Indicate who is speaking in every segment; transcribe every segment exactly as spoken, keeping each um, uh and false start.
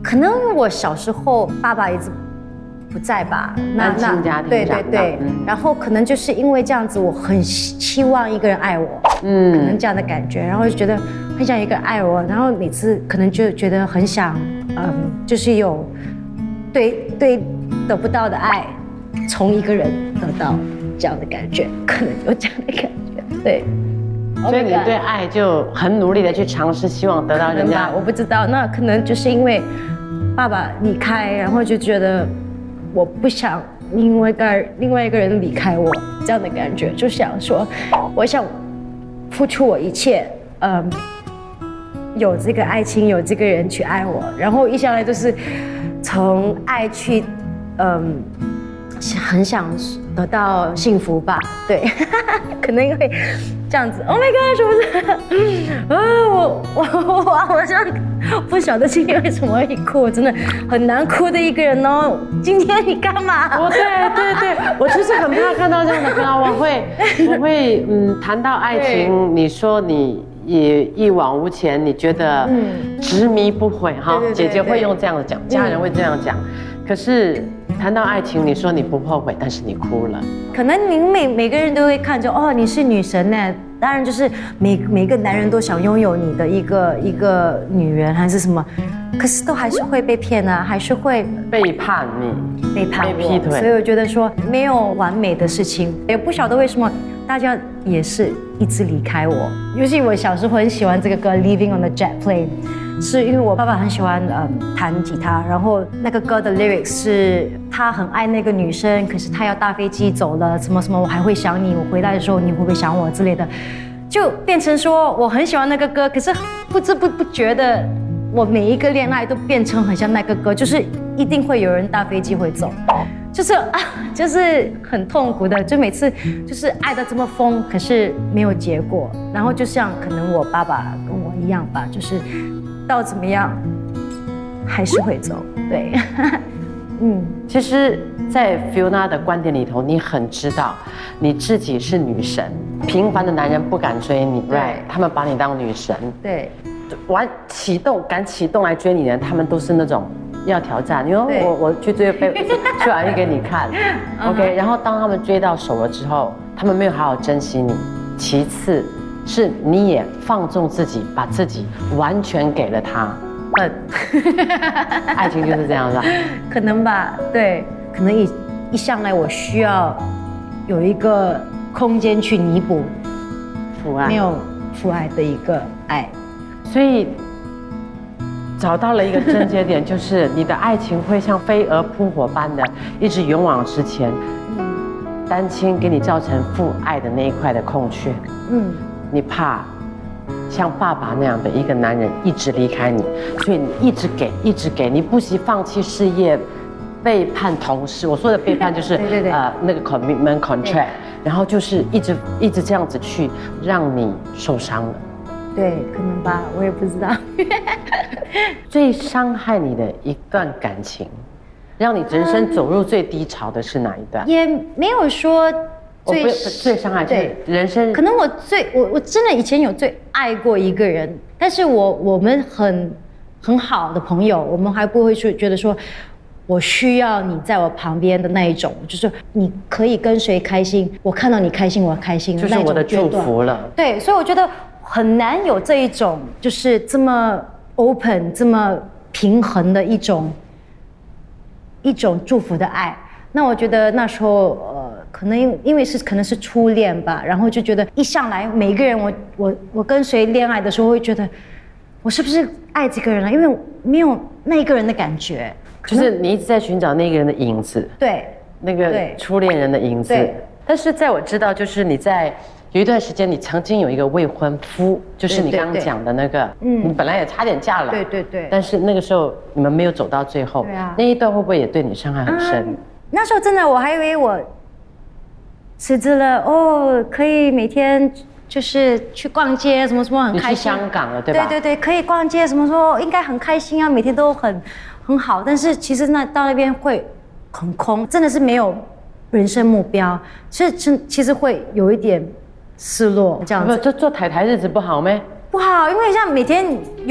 Speaker 1: 可能我小时候爸爸一直不在吧，
Speaker 2: 那单亲家庭
Speaker 1: 对对对，嗯、然后可能就是因为这样子，我很期望一个人爱我，嗯，可能这样的感觉，然后就觉得很想一个人爱我，然后每次可能就觉得很想，嗯，就是有对对得不到的爱，从一个人得到这样的感觉，可能有这样的感觉，对。
Speaker 2: 所以你对爱就很努力的去尝试，希望得到人家。
Speaker 1: 我不知道，那可能就是因为爸爸离开，然后就觉得我不想因为个另外一个人离开我这样的感觉，就想说，我想付出我一切，嗯，有这个爱情，有这个人去爱我，然后一上来就是从爱去，嗯，很想得到幸福吧，对，可能因为这样子 ，Oh my God， 是不是？啊，我我我我像不晓得今天为什么会哭，我真的很难哭的一个人哦。今天你干嘛？
Speaker 2: 我对对对，我就是很怕看到这样的歌，我会我会嗯，谈到爱情，你说你也一往无前，你觉得执迷不悔哈？姐姐会用这样讲，家人会这样讲，可是。谈到爱情，你说你不后悔，但是你哭了。
Speaker 1: 可能你每每个人都会看着哦，你是女神呢。当然就是每每个男人都想拥有你的一个一个女人还是什么，可是都还是会被骗啊，还是会
Speaker 2: 背叛你，
Speaker 1: 背叛
Speaker 2: 被劈腿。
Speaker 1: 所以我觉得说没有完美的事情，也不晓得为什么大家也是一直离开我。尤其我小时候很喜欢这个歌《Living on the Jet Plane》。是因为我爸爸很喜欢嗯弹吉他，然后那个歌的 lyrics 是他很爱那个女生，可是他要搭飞机走了，什么什么我还会想你，我回来的时候你会不会想我之类的，就变成说我很喜欢那个歌，可是不知不不觉的我每一个恋爱都变成很像那个歌，就是一定会有人搭飞机会走，就是啊就是很痛苦的，就每次就是爱得这么疯，可是没有结果，然后就像可能我爸爸跟我一样吧，就是。到怎么样，还是会走，对，嗯，
Speaker 2: 其实，在 Fiona 的观点里头，你很知道你自己是女神，平凡的男人不敢追你 ，right？ 他们把你当女神，
Speaker 1: 对，
Speaker 2: 玩启动敢启动来追你的人，他们都是那种要挑战，你说我我去追飞，去玩给你看 ，OK？ 然后当他们追到手了之后，他们没有好好珍惜你，其次。是你也放纵自己，把自己完全给了他。嗯，爱情就是这样子。
Speaker 1: 可能吧，对，可能一一上来我需要有一个空间去弥补
Speaker 2: 父爱，
Speaker 1: 没有父爱的一个爱，
Speaker 2: 所以找到了一个症结点，就是你的爱情会像飞蛾扑火般的一直勇往直前。嗯，单亲给你造成父爱的那一块的空缺。嗯。你怕像爸爸那样的一个男人一直离开你，所以你一直给，一直给，你不惜放弃事业，背叛同事。我说的背叛就是
Speaker 1: 对对对
Speaker 2: 呃那个 commitment contract， 然后就是一直一直这样子去让你受伤了。
Speaker 1: 对，可能吧，我也不知道。
Speaker 2: 最伤害你的一段感情，让你人生走入最低潮的是哪一段？
Speaker 1: 也没有说。
Speaker 2: 最最伤害就是人生，
Speaker 1: 可能我最我我真的以前有最爱过一个人，但是我我们很很好的朋友，我们还不会说觉得说我需要你在我旁边的那一种，就是你可以跟谁开心，我看到你开心我开心，
Speaker 2: 就是我的祝福了。
Speaker 1: 对，所以我觉得很难有这一种就是这么 open 这么平衡的一种一种祝福的爱。那我觉得那时候呃。可能因为是可能是初恋吧，然后就觉得一上来每个人我我我跟谁恋爱的时候会觉得我是不是爱这个人了？因为没有那一个人的感觉，
Speaker 2: 就是你一直在寻找那个人的影子，
Speaker 1: 对，
Speaker 2: 那个初恋人的影子。但是在我知道，就是你在有一段时间，你曾经有一个未婚夫，就是你刚刚讲的那个，嗯，你本来也差点嫁了，
Speaker 1: 对对对，
Speaker 2: 但是那个时候你们没有走到最后，对啊，那一段会不会也对你伤害很深？嗯、
Speaker 1: 那时候真的我还以为我。辞职了哦，可以每天就是去逛街，什么什么很开心。
Speaker 2: 你去香港了，对吧？
Speaker 1: 对对对，可以逛街，什么说应该很开心啊，每天都很很好。但是其实那到那边会很空，真的是没有人生目标，其实其实会有一点失落这样子。
Speaker 2: 不，这做台台日子不好咩？
Speaker 1: 不好，因为像每天有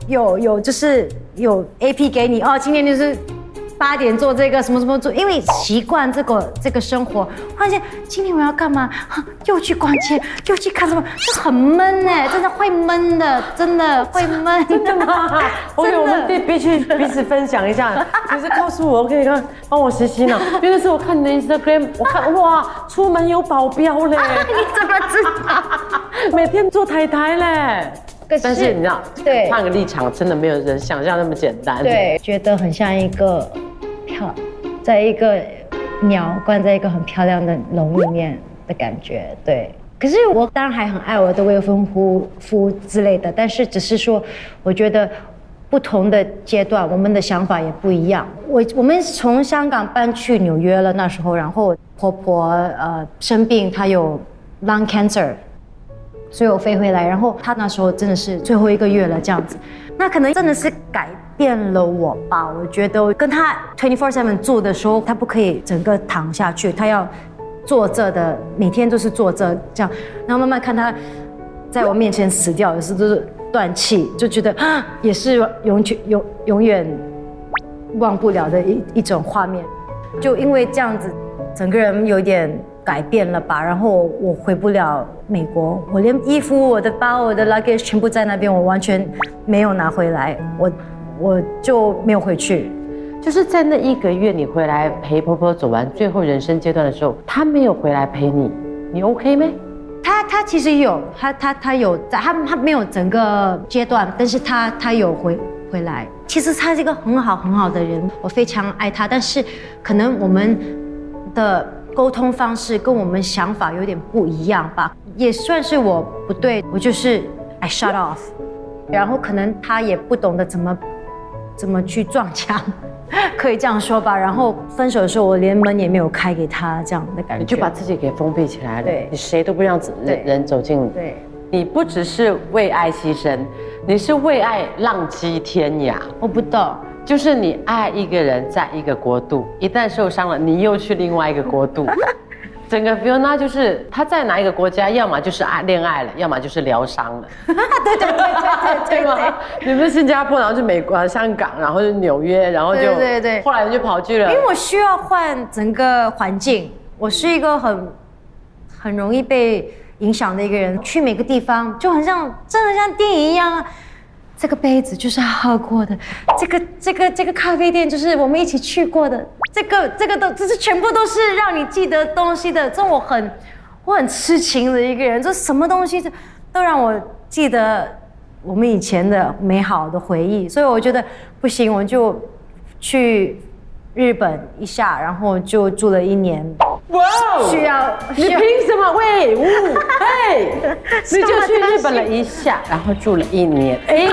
Speaker 1: 有有就是有 A P 给你哦，今天就是八点做这个什么什么做，因为习惯这个这个生活，发现今天我要干嘛？又去逛街，又去看什么，就很闷哎，真的会闷的，真的会闷。
Speaker 2: 真的吗？我给我们必必须彼此分享一下，就是告诉我，可以看帮我洗洗脑。因为是我看你的 Instagram， 我看哇，出门有保镖嘞，
Speaker 1: 你怎么知道？
Speaker 2: 每天做台台嘞。但是你知道，
Speaker 1: 对，
Speaker 2: 换个立场，真的没有人想象那么简单。
Speaker 1: 对，觉得很像一个漂，在一个鸟关在一个很漂亮的笼里面的感觉。对，可是我当然还很爱我的未婚夫夫之类的，但是只是说，我觉得不同的阶段，我们的想法也不一样。我我们从香港搬去纽约了，那时候，然后婆婆呃生病，她有 lung cancer。所以我飞回来，然后他那时候真的是最后一个月了，这样子，那可能真的是改变了我吧。我觉得跟他 twenty four seven 住的时候，他不可以整个躺下去，他要坐着的，每天都是坐着这样，然后慢慢看他在我面前死掉，有时都是断气，就觉得啊，也是永久永永远忘不了的一一种画面。就因为这样子，整个人有点改变了吧，然后我回不了美国，我连衣服、我的包、我的 luggage 全部在那边，我完全没有拿回来，我我就没有回去。
Speaker 2: 就是在那一个月，你回来陪婆婆走完最后人生阶段的时候，她没有回来陪你，你 OK 吗？
Speaker 1: 他他其实有，他他他有在，他他没有整个阶段，但是他他有回回来。其实他是一个很好很好的人，我非常爱他，但是可能我们的沟通方式跟我们想法有点不一样吧，也算是我不对，我就是 I shut off， 然后可能他也不懂得怎么怎么去撞墙，可以这样说吧。然后分手的时候，我连门也没有开给他，这样的感觉，
Speaker 2: 你就把自己给封闭起来了，
Speaker 1: 对，
Speaker 2: 你谁都不让人人走进，
Speaker 1: 对，
Speaker 2: 你不只是为爱牺牲，你是为爱浪迹天涯。
Speaker 1: 我不懂。
Speaker 2: 就是你爱一个人在一个国度，一旦受伤了，你又去另外一个国度。整个 Fiona 就是她在哪一个国家，要么就是爱恋爱了，要么就是疗伤了。
Speaker 1: 对对对对对对
Speaker 2: 吗？你们是新加坡，然后就美国、香港，然后就纽约，然后就
Speaker 1: 对对对，
Speaker 2: 后来就跑去了。
Speaker 1: 因为我需要换整个环境，我是一个很很容易被影响的一个人，去每个地方就很像真的像电影一样。这个杯子就是喝过的，这个这个这个咖啡店就是我们一起去过的，这个这个都这是全部都是让你记得东西的。这我很我很痴情的一个人，这什么东西都让我记得我们以前的美好的回忆。所以我觉得不行，我就去日本一下，然后就住了一年。
Speaker 2: 哇！
Speaker 1: 需要
Speaker 2: 你凭什么？喂，呜，嘿，你就去日本了一下，然后住了一年。哎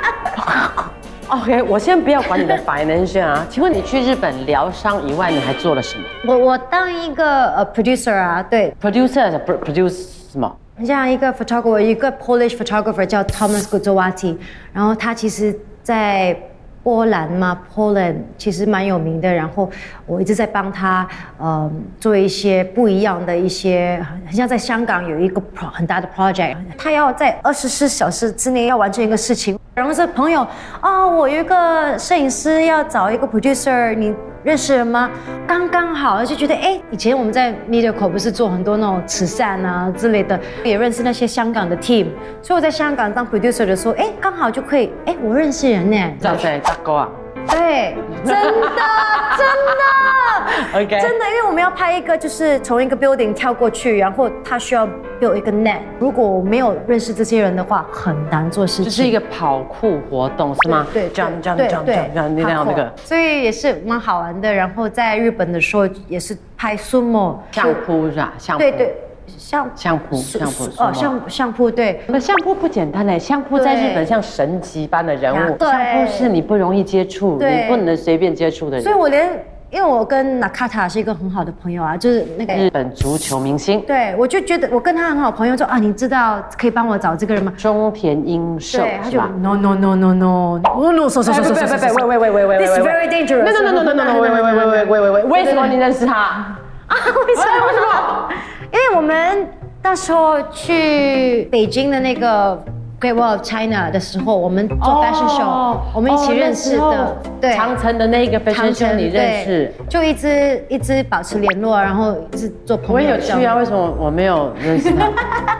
Speaker 2: ，OK， 我先不要管你的 financial 啊。请问你去日本疗伤以外，你还做了什么？
Speaker 1: 我我当一个呃 producer 啊，对
Speaker 2: ，producer produce 什么？
Speaker 1: 很像一个 photographer， 一个 Polish photographer 叫 Thomas Guzowati， 然后他其实在波兰嘛 ，Poland 其实蛮有名的。然后我一直在帮他，呃，做一些不一样的一些，很像在香港有一个 pro 很大的 project， 他要在二十四小时之内要完成一个事情。然后是朋友啊、哦，我有一个摄影师要找一个 producer， 你认识了吗？刚刚好，就觉得哎，以前我们在 Mediacorp 不是做很多那种慈善啊之类的，也认识那些香港的 team， 所以我在香港当 producer 的时候，哎，刚好就可以，哎，我认识人呢。
Speaker 2: 在在大哥啊。
Speaker 1: 对，真的真的
Speaker 2: ，OK，
Speaker 1: 真的，因为我们要拍一个，就是从一个 building 跳过去，然后他需要 build 一个 net。如果我没有认识这些人的话，很难做事情。
Speaker 2: 就是一个跑酷活动是吗？
Speaker 1: 对，
Speaker 2: 这样这样这样这样这样，你那样那个，
Speaker 1: 所以也是蛮好玩的。然后在日本的时候也是拍 sumo
Speaker 2: 相扑是吧？相扑。
Speaker 1: 对对。相
Speaker 2: 相扑，相扑
Speaker 1: 哦，相相扑对，
Speaker 2: 那相扑不简单嘞，相扑在日本像神级般的人物，
Speaker 1: 对，
Speaker 2: 相扑是你不容易接触，你不能随便接触的人。
Speaker 1: 所以我连，因为我跟 Nakata 是一个很好的朋友啊，就是那个
Speaker 2: 日本足球明星，
Speaker 1: 对，我就觉得我跟他很好朋友说啊，你知道可以帮我找这个人吗？
Speaker 2: 中田英寿，
Speaker 1: 对，他就 no no no no no no no so so so so so so，
Speaker 2: 喂喂喂喂喂喂
Speaker 1: ，this is very dangerous，
Speaker 2: no no no no no no， 喂喂喂喂喂喂喂喂，为什么你认识他？
Speaker 1: 啊，为什么？为什么？因为我们那时候去北京的那个 Great Wall of China 的时候，我们做 fashion show，、哦、我们一起认识的。
Speaker 2: 哦、对，长城的那一个 fashion show 你认识，
Speaker 1: 就一直一直保持联络，然后一直做朋友。
Speaker 2: 我也有去啊，为什么我没有认识他？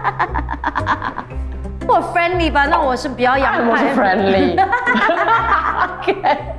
Speaker 1: 我 friendly 吧，那我是比较洋派。
Speaker 2: 我是 friendly。OK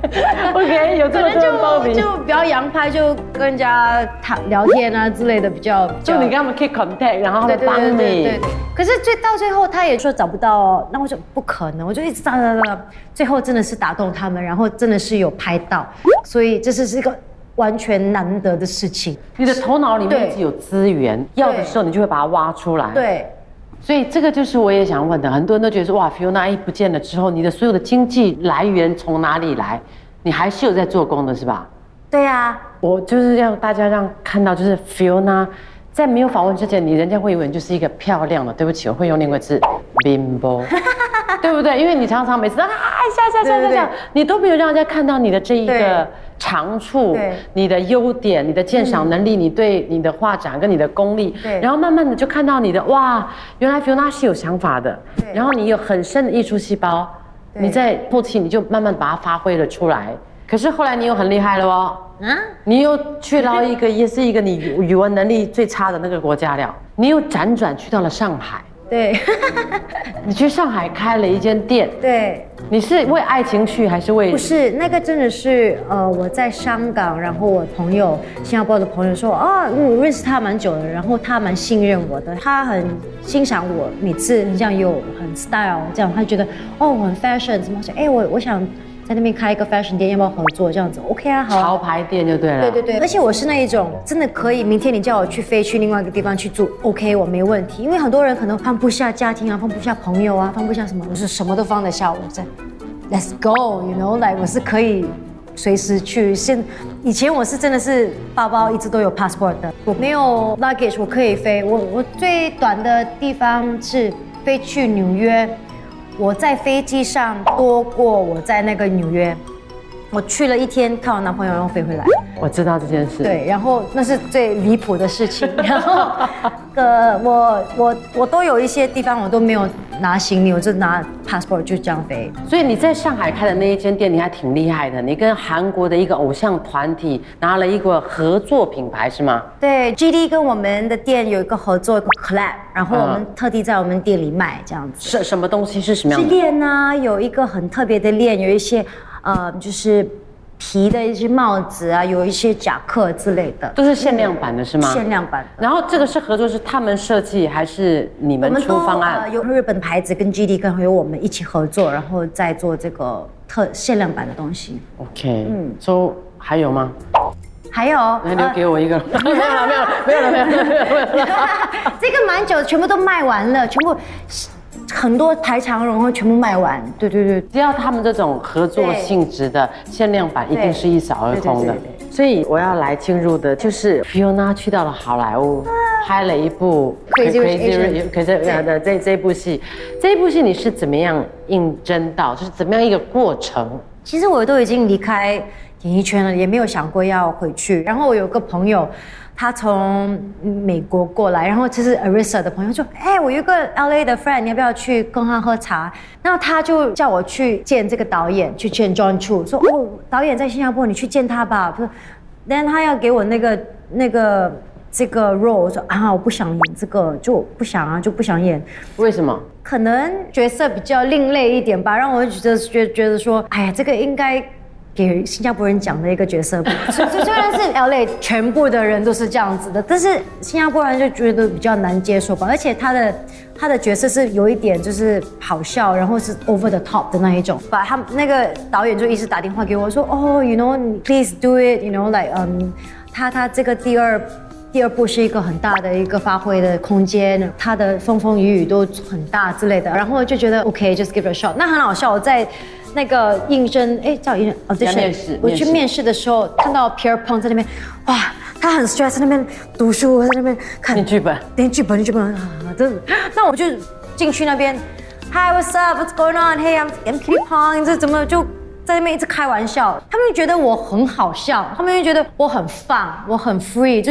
Speaker 2: OK， 有这个就报名
Speaker 1: 就比较洋派，就跟人家谈聊天啊之类的，比较。
Speaker 2: 就你跟他们 keep contact， 然后他们帮你。
Speaker 1: 对对对对。可是最到最后，他也说找不到哦，那我就不可能，我就一直找找找，最后真的是打动他们，然后真的是有拍到，所以这是是一个完全难得的事情。
Speaker 2: 你的头脑里面一直有资源，要的时候你就会把它挖出来。
Speaker 1: 对。
Speaker 2: 所以这个就是我也想问的，很多人都觉得说哇 ，Fiona 一不见了之后，你的所有的经济来源从哪里来？你还是有在做工的是吧？
Speaker 1: 对呀、啊，
Speaker 2: 我就是让大家让看到，就是 Fiona 在没有访问之前，你人家会以为你就是一个漂亮的，对不起，我会用另外一个字 ，bimbo， 对不对？因为你常常每次啊下下下下下，你都没有让人家看到你的这一个长处，你的优点，你的鉴赏能力，嗯、你对你的画展跟你的功力，然后慢慢的就看到你的哇，原来 Fiona 是有想法的，然后你有很深的艺术细胞，你在后期你就慢慢把它发挥了出来。可是后来你又很厉害了哦，啊，你又去到一个也是一个你语文能力最差的那个国家了，你又辗转去到了上海。
Speaker 1: 对，
Speaker 2: 你去上海开了一间店。
Speaker 1: 对，
Speaker 2: 你是为爱情去还是为？
Speaker 1: 不是，那个真的是呃，我在香港，然后我朋友新加坡的朋友说啊，我认识他蛮久的，然后他蛮信任我的，他很欣赏我，每次这样有很 style 这样，他觉得哦我很 fashion 什么，说哎我我想在那边开一个 fashion 店，要不要合作？这样子 OK 啊，好啊。
Speaker 2: 潮牌店就对了。
Speaker 1: 对对对，而且我是那一种真的可以，明天你叫我去飞去另外一个地方去住 ，OK， 我没问题。因为很多人可能放不下家庭啊，放不下朋友啊，放不下什么，我是什么都放得下。我在 Let's go，you know，like 我是可以随时去。现以前我是真的是包包一直都有 passport 的，我没有 luggage， 我可以飞。我我最短的地方是飞去纽约。我在飞机上多过我在那个纽约，我去了一天看我男朋友，然后飞回来。
Speaker 2: 我知道这件事。
Speaker 1: 对，然后那是最离谱的事情。然后，呃，我我我都有一些地方我都没有拿行李，我就拿 passport 就这样飞。
Speaker 2: 所以你在上海开的那一间店，你还挺厉害的。你跟韩国的一个偶像团体拿了一个合作品牌是吗？
Speaker 1: 对 ，G D 跟我们的店有一个合作，一个 collab， 然后我们特地在我们店里卖这样子。
Speaker 2: 是什么东西？是什么样的？
Speaker 1: 是链啊，有一个很特别的链，有一些呃，就是皮的一些帽子啊，有一些夹克之类的，
Speaker 2: 都是限量版的是吗？
Speaker 1: 限量版的。
Speaker 2: 然后这个是合作，是他们设计还是你们出方案？
Speaker 1: 呃、有日本牌子跟 G D 跟还有我们一起合作，然后再做这个特限量版的东西。
Speaker 2: OK， 嗯，so 还有吗？
Speaker 1: 还有，
Speaker 2: 那留给我一个。没有了，没有了，没有了，没有了，没有了，没有了。
Speaker 1: 这个蛮久，全部都卖完了，全部。很多排长龙会全部卖完，对对对，
Speaker 2: 只要他们这种合作性质的限量版，一定是一扫而空的。所以我要来进入的就是 Fiona 去到了好莱坞，啊、拍了一部 Crazy Rich Asians 的这这部戏。这一部戏你是怎么样应征到？就是怎么样一个过程？
Speaker 1: 其实我都已经离开演艺圈了，也没有想过要回去。然后我有个朋友。他从美国过来，然后这是 Arisa 的朋友说：“哎，我有一个 L A 的 friend， 你要不要去跟他喝茶？”然后他就叫我去见这个导演，去见 John Chu， 说：“哦，导演在新加坡，你去见他吧。”说，但他要给我那个那个这个 role， 我说啊，我不想演这个，就不想啊，就不想演。
Speaker 2: 为什么？
Speaker 1: 可能角色比较另类一点吧，让我觉得觉觉得说，哎呀，这个应该。给新加坡人讲的一个角色，虽虽然是 L A 全部的人都是这样子的，但是新加坡人就觉得比较难接受吧。而且他的他的角色是有一点就是好笑，然后是 over the top 的那一种。把他那个导演就一直打电话给我说，哦 ，you know，please do it，you know，like， 嗯，他他这个第二。第二部是一个很大的一个发挥的空间，它的风风雨雨都很大之类的，然后就觉得 OK，just give it a shot。那很好笑，我在那个应征，哎，叫应征 audition， 我去面试的时候看到 Pierre Pong 在那边，哇，他很 stress， 在那边读书，在那边看
Speaker 2: 念剧本，
Speaker 1: 念剧本，念剧本啊，真的。那我就进去那边 ，Hi，what's up？What's going on？Hey，I'm I'm Kitty Pong， 这怎么就？在那边一直开玩笑，他们就觉得我很好笑，他们就觉得我很放，我很 free，就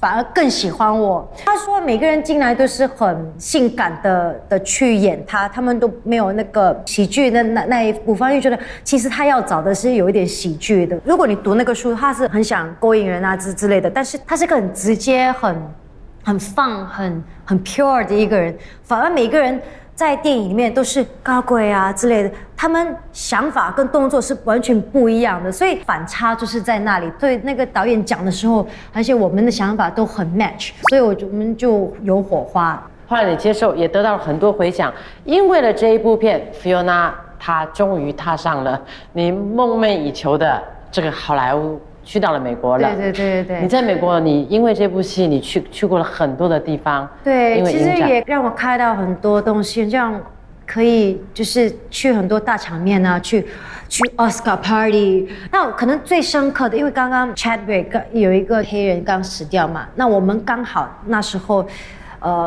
Speaker 1: 反而更喜欢我。他说每个人进来都是很性感的的去演他，他们都没有那个喜剧的那那一部分，就觉得其实他要找的是有一点喜剧的。如果你读那个书，他是很想勾引人啊之之类的，但是他是个很直接、很很放、很很 pure 的一个人，反而每个人在电影里面都是高贵啊之类的，他们想法跟动作是完全不一样的，所以反差就是在那里。对那个导演讲的时候，而且我们的想法都很 match， 所以我就我们就有火花。
Speaker 2: 后来你接受，也得到了很多回响，因为了这一部片 ，Fiona 她终于踏上了你梦寐以求的这个好莱坞。去到了美国了，
Speaker 1: 对对对对。
Speaker 2: 你在美国，你因为这部戏，你去去过了很多的地方。
Speaker 1: 对，其实也让我开到很多东西，这样可以就是去很多大场面啊，去去 Oscar Party。那可能最深刻的，因为刚刚 Chadwick 有一个黑人刚死掉嘛，那我们刚好那时候，呃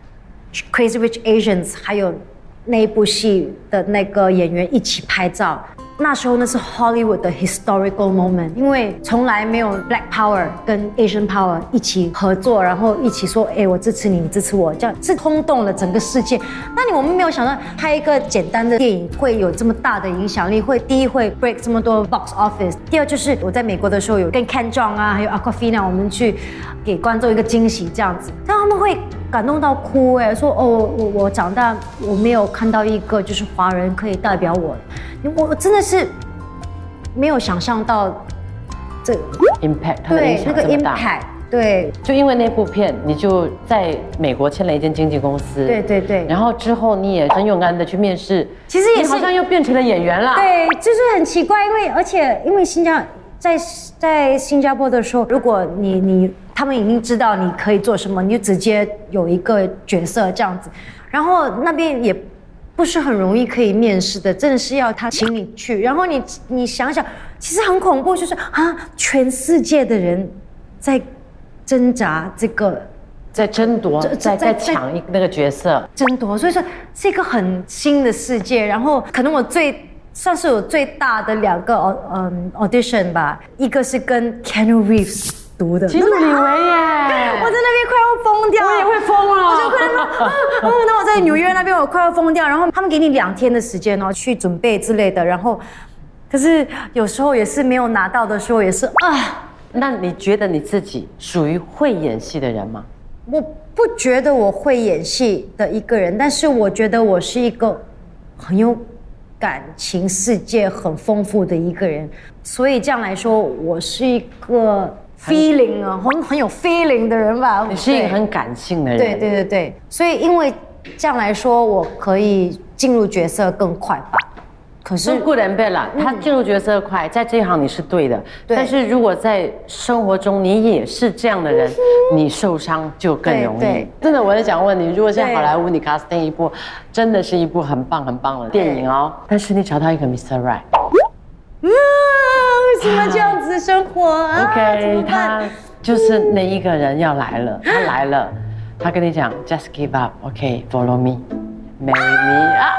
Speaker 1: ，Crazy Rich Asians 还有那一部戏的那个演员一起拍照。那时候那是 Hollywood 的 historical moment， 因为从来没有 Black Power 跟 Asian Power 一起合作，然后一起说，哎，我支持你，你支持我，这样是轰动了整个世界。那你我们没有想到，拍一个简单的电影会有这么大的影响力，会第一会 break 这么多 box office， 第二就是我在美国的时候有跟 Ken Jeong 啊，还有 Awkwafina， 我们去给观众一个惊喜，这样子，但他们会感动到哭，哎，说哦，我我长大我没有看到一个就是华人可以代表我。我真的是没有想象到这
Speaker 2: impact， 它的影响这么大。
Speaker 1: 对，那个 impact， 对，
Speaker 2: 就因为那部片，你就在美国签了一间经纪公司。
Speaker 1: 对对对。
Speaker 2: 然后之后你也很勇敢的去面试，
Speaker 1: 其实也是
Speaker 2: 你好像又变成了演员了。
Speaker 1: 对，就是很奇怪，因为而且因为新加在在新加坡的时候，如果你你他们已经知道你可以做什么，你就直接有一个角色这样子，然后那边也不是很容易可以面试的，真的是要他请你去。然后你你想想，其实很恐怖，就是啊，全世界的人在挣扎这个，
Speaker 2: 在争夺，在在抢一那个角色，
Speaker 1: 争夺。所以说是一个很新的世界。然后可能我最算是我最大的两个嗯 audition 吧，一个是跟 Keanu Reeves 读的，
Speaker 2: 基努里维耶，
Speaker 1: 我在那边快要疯掉，
Speaker 2: 我也会疯了，
Speaker 1: 我就快要疯。然后那我在纽约那边我快要疯掉，然后他们给你两天的时间哦去准备之类的，然后可是有时候也是没有拿到的时候也是啊。
Speaker 2: 那你觉得你自己属于会演戏的人吗？
Speaker 1: 我不觉得我会演戏的一个人，但是我觉得我是一个很有感情世界很丰富的一个人，所以这样来说，我是一个 feeling 啊，很很有 feeling 的人吧。
Speaker 2: 你是一个很感性的人。
Speaker 1: 对对对对，所以因为这样来说，我可以进入角色更快吧。可是
Speaker 2: good and bad 啦，他进入角色快，在这一行你是对的。对。但是如果在生活中你也是这样的人，你受伤就更容易。真的，我很想问你，如果在好莱坞你 casting 一部，真的是一部很棒很棒的电影哦，但是你找到一个 mister Right，
Speaker 1: 嗯，为什么这样子生活啊
Speaker 2: ？OK， 他就是那一个人要来了，他来了，他跟你讲 just give up，OK，follow me，marry me 啊。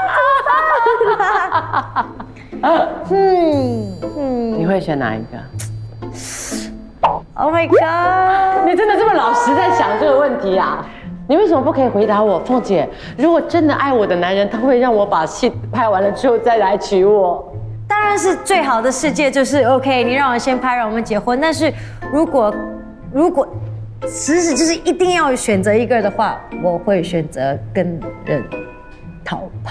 Speaker 2: 嗯嗯，你会选哪一个
Speaker 1: ？Oh my god！
Speaker 2: 你真的这么老实在想这个问题啊？你为什么不可以回答我，凤姐？如果真的爱我的男人，他会让我把戏拍完了之后再来娶我？
Speaker 1: 当然是最好的世界，就是 OK， 你让我先拍，让我们结婚。但是如果如果实时就是一定要选择一个的话，我会选择跟人逃跑。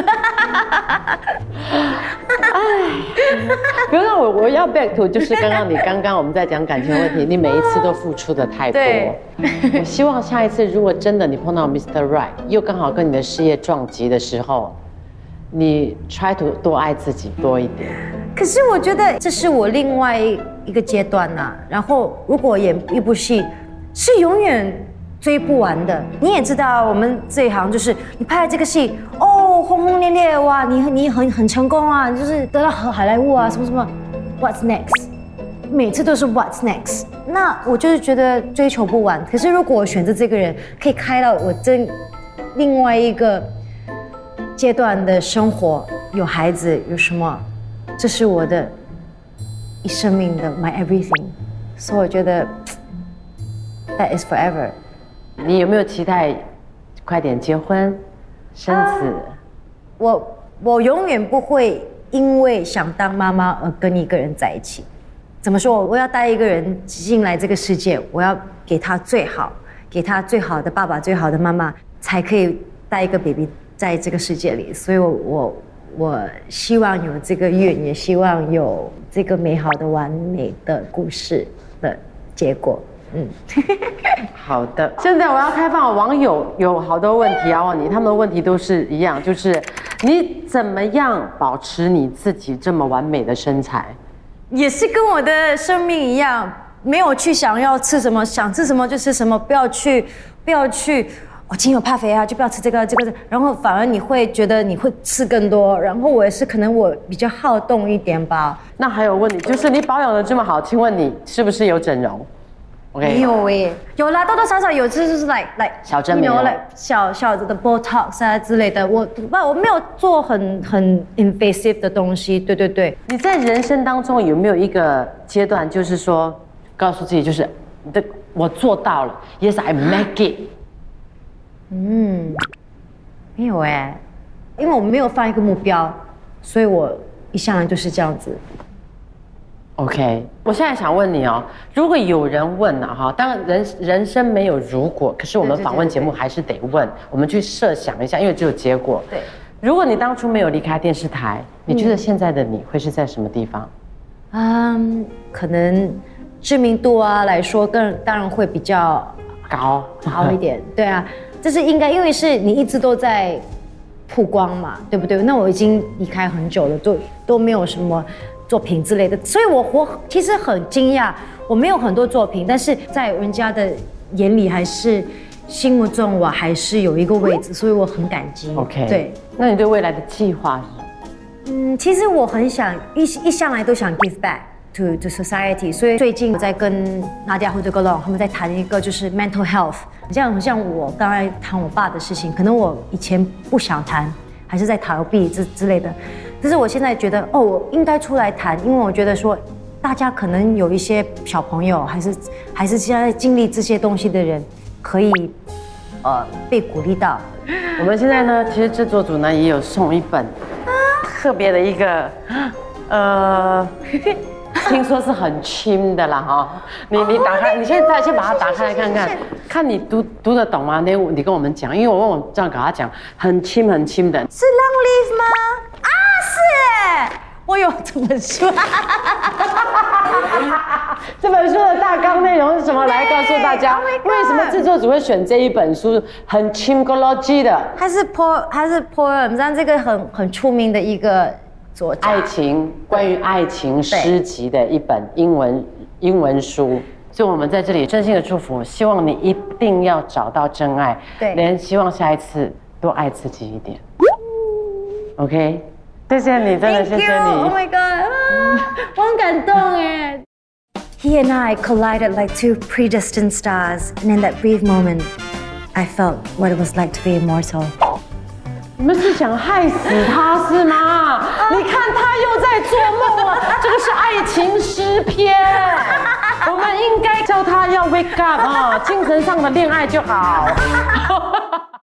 Speaker 2: 哎，不要让我，我要 back to 就是刚刚你刚刚我们在讲感情问题，你每一次都付出的太多。我希望下一次如果真的你碰到 mister Right， 又刚好跟你的事业撞击的时候，你 try to 多爱自己多一点。
Speaker 1: 可是我觉得这是我另外一个阶段呐、啊。然后如果演一部戏，是永远追不完的。你也知道，我们这一行就是你拍了这个戏，哦，轰轰烈烈，哇，你你很很成功啊，就是得到好莱坞啊，什么什么 ，What's next？ 每次都是 What's next？ 那我就是觉得追求不完。可是如果我选择这个人，可以开到我这另外一个阶段的生活，有孩子，有什么，这是我的一生命的 my everything。所以我觉得 that is forever。
Speaker 2: 你有没有期待快点结婚、生子？啊、
Speaker 1: 我我永远不会因为想当妈妈而跟一个人在一起。怎么说？我要带一个人进来这个世界，我要给他最好，给他最好的爸爸、最好的妈妈，才可以带一个 baby 在这个世界里。所以我，我我希望有这个愿，也希望有这个美好的、完美的故事的结果。嗯，
Speaker 2: 好的。现在我要开放网友有好多问题要问你，他们的问题都是一样，就是你怎么样保持你自己这么完美的身材？
Speaker 1: 也是跟我的生命一样，没有去想要吃什么，想吃什么就吃什么，不要去，不要去。我今天有怕肥啊，就不要吃这个这个，然后反而你会觉得你会吃更多。然后我也是，可能我比较好动一点吧。
Speaker 2: 那还有问题，就是你保养的这么好，请问你是不是有整容？ Okay.
Speaker 1: 没有诶，有啦，多多少少有，就是 like like
Speaker 2: 小针没有
Speaker 1: like 小小的 Botox 啊之类的。我不，我没有做很很 invasive 的东西。对对对。
Speaker 2: 你在人生当中有没有一个阶段，就是说告诉自己，就是的我做到了 ，Yes I make it。
Speaker 1: 嗯，没有哎，因为我没有放一个目标，所以我一向来就是这样子。
Speaker 2: OK， 我现在想问你哦，如果有人问了哈，当然人人生没有如果，可是我们访问节目还是得问，我们去设想一下，因为只有结果。
Speaker 1: 对，
Speaker 2: 如果你当初没有离开电视台，你觉得现在的你会是在什么地方？
Speaker 1: 嗯，可能知名度啊来说，更当然会比较
Speaker 2: 高
Speaker 1: 高一点。对啊，这是应该，因为是你一直都在曝光嘛，对不对？那我已经离开很久了，都都没有什么作品之类的，所以我我其实很惊讶，我没有很多作品，但是在人家的眼里还是心目中我还是有一个位置，所以我很感激。
Speaker 2: OK，
Speaker 1: 对，
Speaker 2: 那你对未来的计划是？
Speaker 1: 嗯，其实我很想一一向来都想 give back to the society， 所以最近我在跟 Nadia 或者 Golong 他们在谈一个就是 mental health， 像像我刚才谈我爸的事情，可能我以前不想谈，还是在逃避之之类的。但是我现在觉得，哦，我应该出来谈，因为我觉得说，大家可能有一些小朋友，还是还是现在经历这些东西的人，可以，呃，被鼓励到。
Speaker 2: 我们现在呢，其实制作组呢也有送一本特别的一个，呃，听说是很轻的啦哈。你你打开，你现在先把它打开来看看，看你读读得懂吗？你你跟我们讲，因为我问我这样跟他讲，很轻很轻的。
Speaker 1: 是 Long Live 吗？啊，是，我有这本书。
Speaker 2: 这本书的大纲内容是什么？来告诉大家，
Speaker 1: oh
Speaker 2: 为什么制作组会选这一本书？很轻咕噜叽的，
Speaker 1: 它是 po， 它是 poem， 让这个很很出名的一个作家。
Speaker 2: 爱情，关于爱情诗集的一本英文英文书。所以我们在这里真心的祝福，希望你一定要找到真爱。
Speaker 1: 对，
Speaker 2: 连希望下一次多爱自己一点。OK， 谢谢你，真的谢谢你。
Speaker 1: Oh my god， 啊，我很感动哎。He and I collided like two predestined stars, and in that brief moment, I felt what it was like to be immortal.
Speaker 2: 你们是想害死他是吗？你看他又在做梦了，这个是爱情诗篇。我们应该叫他要 wake up 啊，精神上的恋爱就好。